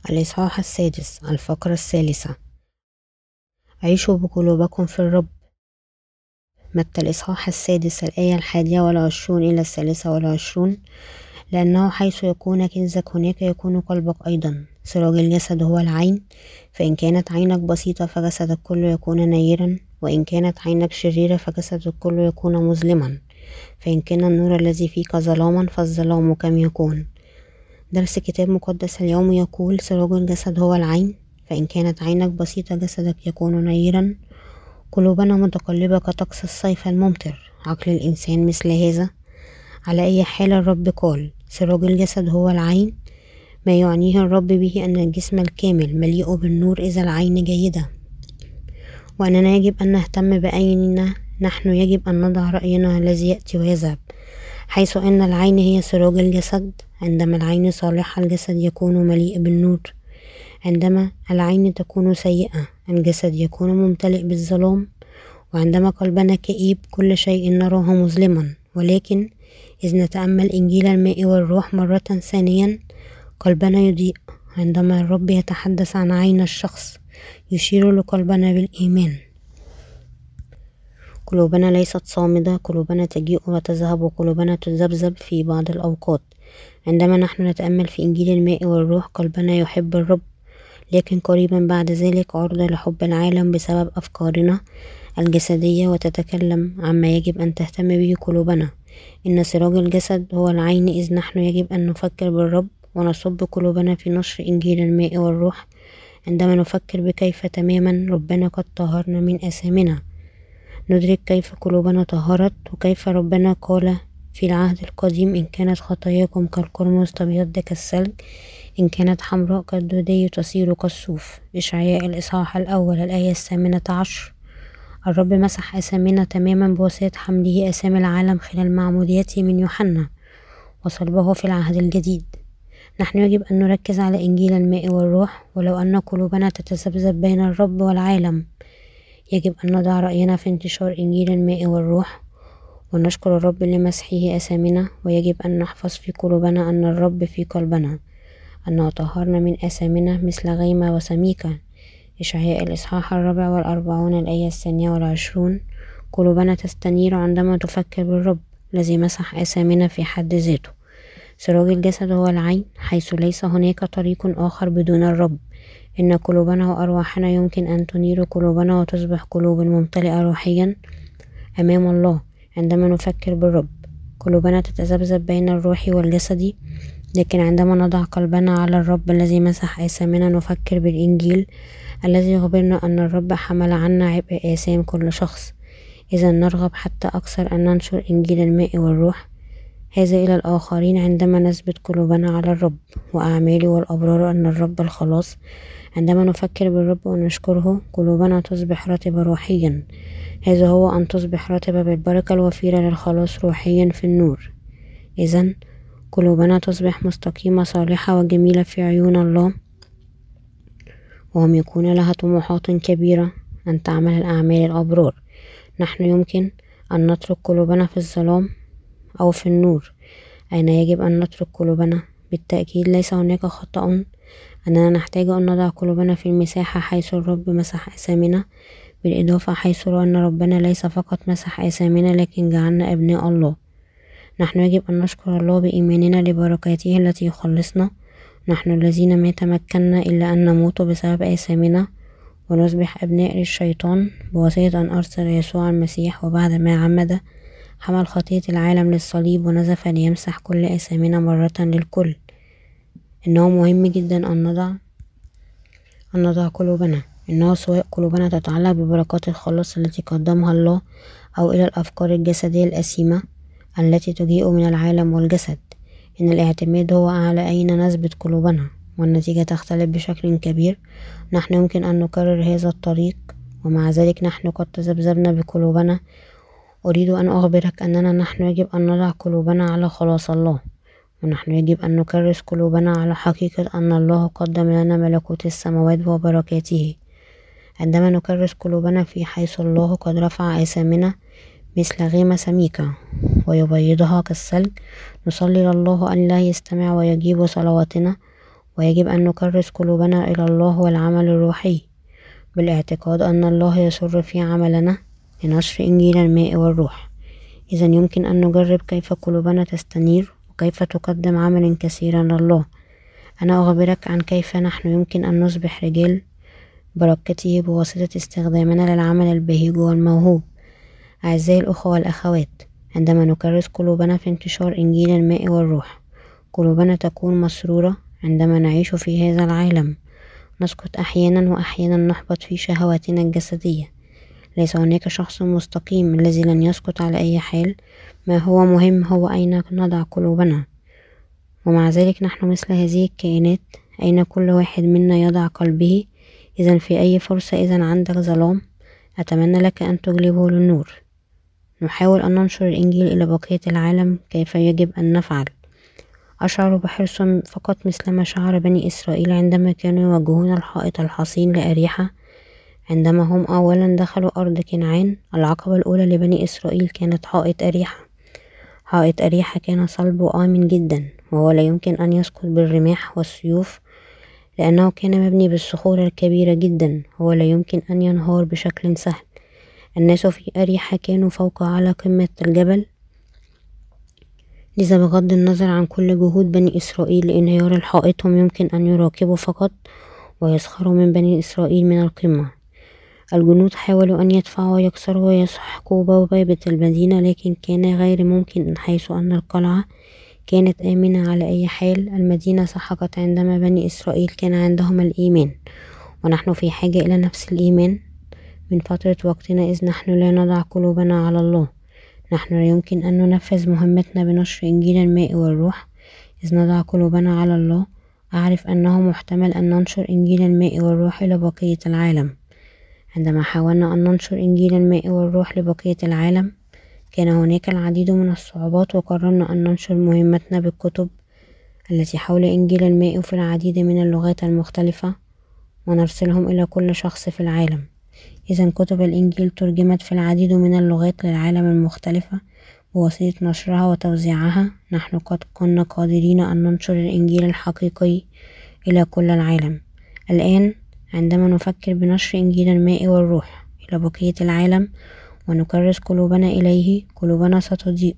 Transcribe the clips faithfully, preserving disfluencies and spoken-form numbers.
الإصحاح السادس، الفقرة الثالثة. عيشوا بقلوبكم في الرب. متى الإصحاح السادس الآية الحادية والعشرون إلى الثالثة والعشرون. لأنه حيث يكون كنزك هناك يكون قلبك أيضا. سراج الجسد هو العين، فإن كانت عينك بسيطة فجسدك كله يكون نيرا، وإن كانت عينك شريرة فجسدك كله يكون مظلما. فإن كان النور الذي فيك ظلاما فالظلام كم يكون. درس كتاب مقدس اليوم يقول: سراج الجسد هو العين، فإن كانت عينك بسيطة جسدك يكون نيرا. قلوبنا متقلبة كطقس الصيف الممطر، عقل الإنسان مثل هذا. على أي حال الرب قال: سراج الجسد هو العين. ما يعنيه الرب به أن الجسم الكامل مليء بالنور إذا العين جيدة، وأننا يجب أن نهتم بأيننا نحن. يجب أن نضع رأينا الذي يأتي ويذهب، حيث أن العين هي سراج الجسد. عندما العين صالحة الجسد يكون مليء بالنور، عندما العين تكون سيئة الجسد يكون ممتلئ بالظلام. وعندما قلبنا كئيب كل شيء نراه مظلما. ولكن إذ نتأمل إنجيل الماء والروح مرة ثانيا قلبنا يضيء. عندما الرب يتحدث عن عين الشخص يشير لقلبنا بالإيمان. قلوبنا ليست صامدة، قلوبنا تجيء وتذهب، وقلوبنا تذبذب في بعض الأوقات. عندما نحن نتأمل في إنجيل الماء والروح قلبنا يحب الرب، لكن قريبا بعد ذلك عرضة لحب العالم بسبب أفكارنا الجسدية، وتتكلم عما يجب أن تهتم به قلوبنا. إن سراج الجسد هو العين، إذ نحن يجب أن نفكر بالرب ونصب قلوبنا في نشر إنجيل الماء والروح. عندما نفكر بكيف تماما ربنا قد طهرنا من آثامنا، ندرك كيف قلوبنا طهرت، وكيف ربنا قال في العهد القديم: إن كانت خطاياكم كالقرمز تبيض كالثلج، إن كانت حمراء كالدودي تصير كالصوف. إشعياء الإصحاح الأول الآية الثامنة عشر. الرب مسح آثامنا تماما بواسطة حمله آثام العالم خلال معموديته من يوحنا وصلبه في العهد الجديد. نحن يجب أن نركز على إنجيل الماء والروح، ولو أن قلوبنا تتذبذب بين الرب والعالم يجب أن نضع رأينا في انتشار إنجيل الماء والروح ونشكر الرب لمسحه آثامنا. ويجب أن نحفظ في قلوبنا أن الرب في قلبنا، أنه طهرنا من آثامنا مثل غيمة وسميكة. إشعياء الإصحاح الرابع والأربعون الآية الثانية والعشرون. قلوبنا تستنير عندما تفكر بالرب الذي مسح آثامنا في حد ذاته. سراج الجسد هو العين، حيث ليس هناك طريق آخر بدون الرب. إن قلوبنا وأرواحنا يمكن أن تنير قلوبنا وتصبح قلوب ممتلئة روحيا أمام الله. عندما نفكر بالرب قلوبنا تتذبذب بين الروح والجسد، لكن عندما نضع قلبنا على الرب الذي مسح آثامنا نفكر بالإنجيل الذي يخبرنا أن الرب حمل عنا عبء آثام كل شخص. إذا نرغب حتى أكثر أن ننشر إنجيل الماء والروح هذا إلى الآخرين عندما نثبت قلوبنا على الرب وأعماله والأبرار أن الرب الخلاص. عندما نفكر بالرب ونشكره قلوبنا تصبح رطبة روحيا. هذا هو أن تصبح رطبة بالبركة الوفيرة للخلاص روحيا في النور. إذن قلوبنا تصبح مستقيمة صالحة وجميلة في عيون الله، وهم يكون لها طموحات كبيرة أن تعمل الأعمال الأبرار. نحن يمكن أن نترك قلوبنا في الظلام أو في النور. أين يجب أن نترك قلوبنا؟ بالتأكيد ليس هناك خطأ أننا نحتاج أن نضع قلوبنا في المساحة حيث الرب مسح آثامنا، بالإضافة حيث أن ربنا ليس فقط مسح آثامنا لكن جعلنا أبناء الله. نحن يجب أن نشكر الله بإيماننا لبركاته التي يخلصنا. نحن الذين ما تمكنا إلا أن نموت بسبب آثامنا ونصبح أبناء للشيطان بواسطة أن أرسل يسوع المسيح، وبعد ما عمد حمل خطية العالم للصليب ونزف ليمسح كل آثامنا مرة للكل. إنه مهم جدا أن نضع أن نضع قلوبنا، إنه سواء قلوبنا تتعلق ببركات الخلاص التي قدمها الله أو إلى الأفكار الجسدية الأثيمة التي تجيء من العالم والجسد. إن الاعتماد هو على أين نثبت قلوبنا، والنتيجة تختلف بشكل كبير. نحن يمكن أن نكرر هذا الطريق، ومع ذلك نحن قد تذبذبنا بقلوبنا. أريد أن أخبرك أننا نحن يجب أن نضع قلوبنا على خلاص الله، ونحن يجب أن نكرس قلوبنا على حقيقة أن الله قدم لنا ملكوت السماوات وبركاته. عندما نكرس قلوبنا في حيث الله قد رفع آثامنا مثل غيمة سميكة ويبيضها كالثلج، نصلي لله أن لا يستمع ويجيب صلواتنا، ويجب أن نكرس قلوبنا إلى الله والعمل الروحي بالاعتقاد أن الله يسر في عملنا لنشر إنجيل الماء والروح. إذا يمكن أن نجرب كيف قلوبنا تستنير وكيف تقدم عمل كثيرا لله. أنا أخبرك عن كيف نحن يمكن أن نصبح رجال بركته بواسطة استخدامنا للعمل البهيج والموهوب. أعزائي الأخوة والأخوات، عندما نكرس قلوبنا في انتشار إنجيل الماء والروح، قلوبنا تكون مسرورة. عندما نعيش في هذا العالم نسقط أحيانا وأحيانا نحبط في شهواتنا الجسدية. ليس هناك شخص مستقيم الذي لن يسقط على أي حال. ما هو مهم هو أين نضع قلوبنا. ومع ذلك نحن مثل هذه الكائنات، أين كل واحد منا يضع قلبه. إذا في أي فرصة إذا عندك ظلام، أتمنى لك أن تجلبه للنور. نحاول أن ننشر الإنجيل إلى بقية العالم. كيف يجب أن نفعل؟ أشعر بحرص فقط مثلما شعر بني إسرائيل عندما كانوا يواجهون الحائط الحصين لأريحة. عندما هم أولا دخلوا أرض كنعان، العقبة الأولى لبني إسرائيل كانت حائط أريحة. حائط أريحة كان صلب وآمن جدا، وهو لا يمكن أن يسقط بالرماح والسيوف لأنه كان مبني بالصخور الكبيرة جدا. هو لا يمكن أن ينهار بشكل سهل. الناس في أريحة كانوا فوق على قمة الجبل، لذا بغض النظر عن كل جهود بني إسرائيل لإنهيار الحائط، هم يمكن أن يراقبوا فقط ويسخروا من بني إسرائيل من القمة. الجنود حاولوا أن يدفعوا ويكسروا ويسحقوا بوابة المدينة، لكن كان غير ممكن حيث أن القلعة كانت آمنة على أي حال. المدينة سحقت عندما بني إسرائيل كان عندهم الإيمان، ونحن في حاجة إلى نفس الإيمان من فترة وقتنا إذ نحن لا نضع قلوبنا على الله. نحن لا يمكن أن ننفذ مهمتنا بنشر إنجيل الماء والروح إذ نضع قلوبنا على الله. أعرف أنه محتمل أن ننشر إنجيل الماء والروح إلى بقية العالم. عندما حاولنا أن ننشر إنجيل الماء والروح لبقية العالم كان هناك العديد من الصعوبات، وقررنا أن ننشر مهمتنا بالكتب التي حول إنجيل الماء في العديد من اللغات المختلفة ونرسلهم إلى كل شخص في العالم. إذا كتب الإنجيل ترجمت في العديد من اللغات للعالم المختلفة. بواسطة نشرها وتوزيعها نحن قد كنا قادرين أن ننشر الإنجيل الحقيقي إلى كل العالم. الآن عندما نفكر بنشر إنجيل الماء والروح إلى بقية العالم ونكرس قلوبنا إليه، قلوبنا ستضيء.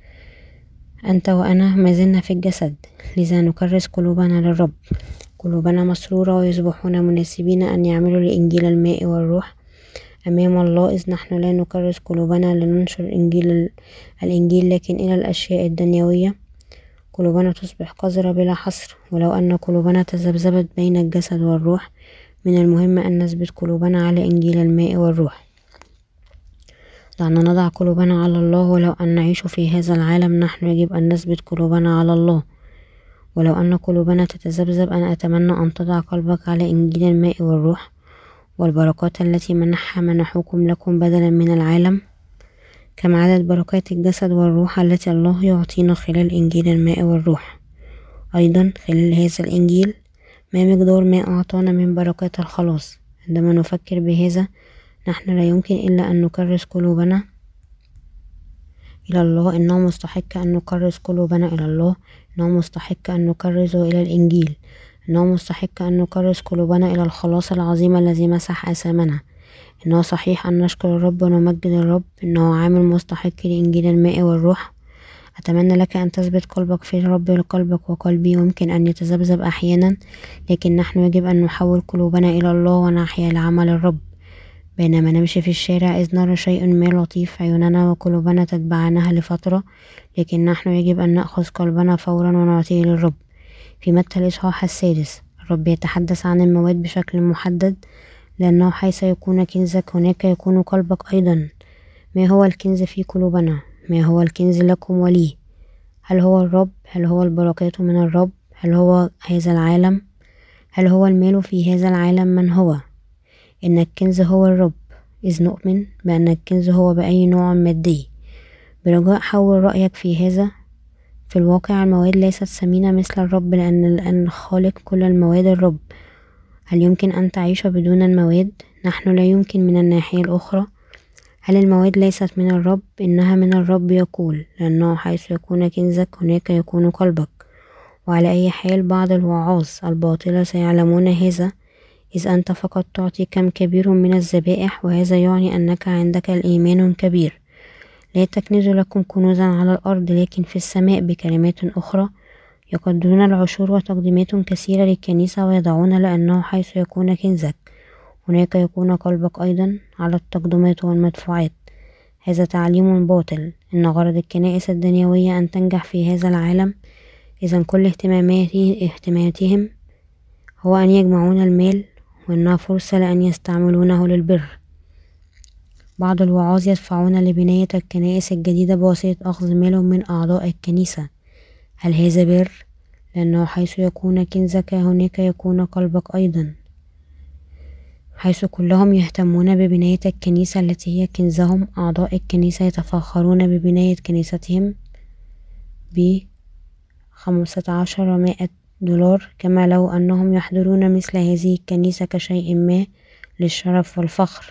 أنت وأنا ما زلنا في الجسد، لذا نكرس قلوبنا للرب. قلوبنا مسرورة ويصبحون مناسبين أن يعملوا لإنجيل الماء والروح أمام الله، إذ نحن لا نكرس قلوبنا لننشر إنجيل الإنجيل لكن إلى الأشياء الدنيوية. قلوبنا تصبح قذرة بلا حصر. ولو أن قلوبنا تذبذبت بين الجسد والروح، من المهم أن نثبت قلوبنا على إنجيل الماء والروح. دعنا نضع قلوبنا على الله. ولو أن نعيش في هذا العالم نحن يجب أن نثبت قلوبنا على الله. ولو أن قلوبنا تتذبذب، أنا أتمنى أن تضع قلبك على إنجيل الماء والروح والبركات التي منحها منحوكم لكم بدلا من العالم، كما عدد بركات الجسد والروح التي الله يعطينا خلال إنجيل الماء والروح. أيضا خلال هذا الإنجيل ما مقدار ما أعطانا من بركات الخلاص. عندما نفكر بهذا نحن لا يمكن إلا أن نكرس قلوبنا إلى الله. إنه مستحق أن نكرس قلوبنا إلى الله. إنه مستحق أن نكرسه إلى الإنجيل. إنه مستحق أن نكرس قلوبنا إلى الخلاص العظيم الذي مسح آثامنا. إنه صحيح أن نشكر الرب ونمجد الرب. إنه عامل مستحق لإنجيل الماء والروح. أتمنى لك أن تثبت قلبك في الرب لقلبك وقلبي يمكن أن يتذبذب أحيانا، لكن نحن يجب أن نحول قلوبنا إلى الله ونحيا لعمل الرب. بينما نمشي في الشارع إذ نرى شيء ما لطيف، عيوننا وقلوبنا تتبعنها لفترة، لكن نحن يجب أن نأخذ قلبنا فورا ونعطيه للرب. في متى الإصحاح السادس الرب يتحدث عن المواد بشكل محدد، لأنه حيث يكون كنزك هناك يكون قلبك أيضا. ما هو الكنز في قلوبنا؟ ما هو الكنز لكم ولي؟ هل هو الرب؟ هل هو البركات من الرب؟ هل هو هذا العالم؟ هل هو المال في هذا العالم؟ من هو؟ إن الكنز هو الرب، إذ نؤمن بأن الكنز هو بأي نوع مادي. برجاء حول رأيك في هذا. في الواقع المواد ليست ثمينة مثل الرب، لأن الآن خالق كل المواد الرب. هل يمكن أن تعيش بدون المواد؟ نحن لا يمكن. من الناحية الأخرى، هل المواد ليست من الرب؟ إنها من الرب يقول، لأنه حيث يكون كنزك هناك يكون قلبك. وعلى أي حال بعض الوعاظ الباطلة سيعلمون هذا، إذ أنت فقط تعطي كم كبير من الذبائح، وهذا يعني أنك عندك الإيمان كبير. لا تكنزوا لكم كنوزا على الأرض لكن في السماء. بكلمات أخرى، يقدمون العشور وتقديمات كثيرة للكنيسة ويضعون لأنه حيث يكون كنزك هناك يكون قلبك أيضا على التقدمات والمدفوعات. هذا تعليم باطل. إن غرض الكنائس الدنيوية أن تنجح في هذا العالم، إذا كل اهتماماتهم هو أن يجمعون المال، وإنها فرصة لأن يستعملونه للبر. بعض الوعاظ يدفعون لبناية الكنائس الجديدة بواسطة أخذ مال من أعضاء الكنيسة. هل هذا بر؟ لأنه حيث يكون كنزك هناك يكون قلبك أيضا. حيث كلهم يهتمون ببناية الكنيسة التي هي كنزهم، أعضاء الكنيسة يتفاخرون ببناية كنيستهم بخمسة عشر ومائة دولار، كما لو أنهم يحضرون مثل هذه الكنيسة كشيء ما للشرف والفخر.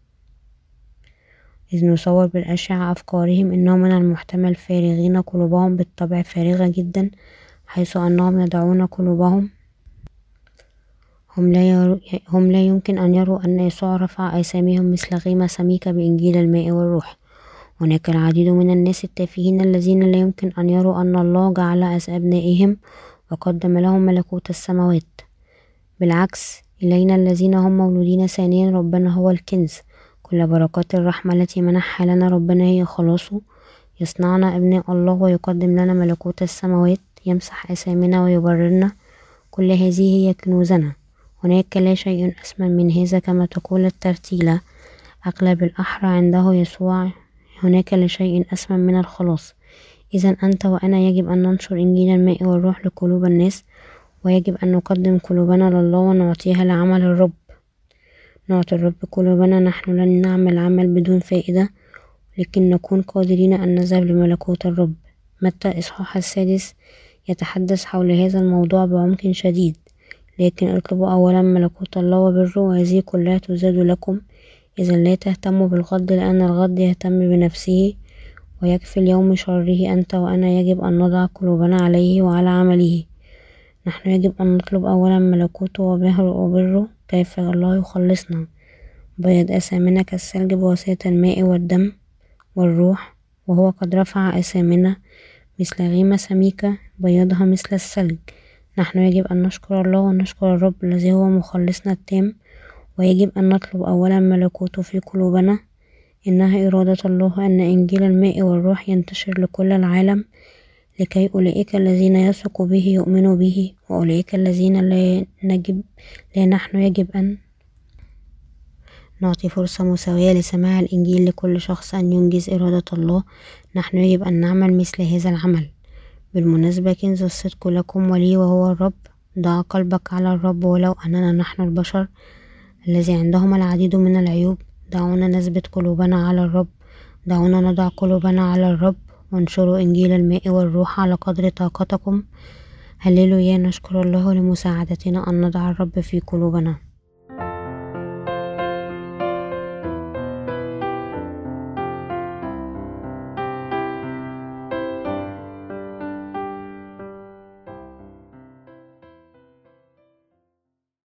إذ نصور بالأشعة أفكارهم، إنهم من المحتمل فارغين قلوبهم بالطبع فارغة جدا، حيث أنهم يضعون قلوبهم هم لا, يرو... هم لا يمكن أن يروا أن يسوع رفع أجسامهم مثل غيمة سميكة بإنجيل الماء والروح. هناك العديد من الناس التافهين الذين لا يمكن أن يروا أن الله جعل أبنائهم وقدم لهم ملكوت السماوات. بالعكس، إلينا الذين هم مولودين ثانيا ربنا هو الكنز. كل بركات الرحمة التي منحها لنا ربنا هي خلاصه، يصنعنا أبناء الله ويقدم لنا ملكوت السماوات، يمسح أثامنا ويبررنا. كل هذه هي كنوزنا. هناك لا شيء أثمن من هذا، كما تقول الترتيلة: أغلب الأحرى عنده يسوع. هناك لا شيء أثمن من الخلاص. إذا أنت وأنا يجب أن ننشر إنجيل الماء والروح لقلوب الناس، ويجب أن نقدم قلوبنا لله ونعطيها لعمل الرب. نعطي الرب قلوبنا. نحن لن نعمل عمل بدون فائدة، لكن نكون قادرين أن نذهب لملكوت الرب. متى إصحاح السادس يتحدث حول هذا الموضوع بعمق شديد. لكن اطلبوا أولا ملكوت الله وبره، وهذه كلها تزاد لكم. إذا لا تهتموا بالغد، لأن الغد يهتم بنفسه، ويكفي اليوم شره. أنت وأنا يجب أن نضع قلوبنا عليه وعلى عمله. نحن يجب أن نطلب أولا ملكوته وبره. كيف الله يخلصنا؟ بيض أثامنا كالثلج بواسطة الماء والدم والروح، وهو قد رفع أثامنا مثل غيمة سميكة بيضها مثل الثلج. نحن يجب أن نشكر الله ونشكر الرب الذي هو مخلصنا التام، ويجب أن نطلب أولا ملكوته في قلوبنا. إنها إرادة الله أن إنجيل الماء والروح ينتشر لكل العالم، لكي أولئك الذين يثقوا به يؤمنوا به، وأولئك الذين لا نجب لا نحن يجب أن نعطي فرصة مساوية لسماع الإنجيل لكل شخص أن ينجز إرادة الله. نحن يجب أن نعمل مثل هذا العمل. بالمناسبة، كنز الصدق لكم ولي وهو الرب. ضع قلبك على الرب ولو أننا نحن البشر الذي عندهم العديد من العيوب. دعونا نثبت قلوبنا على الرب. دعونا نضع قلوبنا على الرب، وانشروا إنجيل الماء والروح على قدر طاقتكم. هللويا. نشكر الله لمساعدتنا أن نضع الرب في قلوبنا.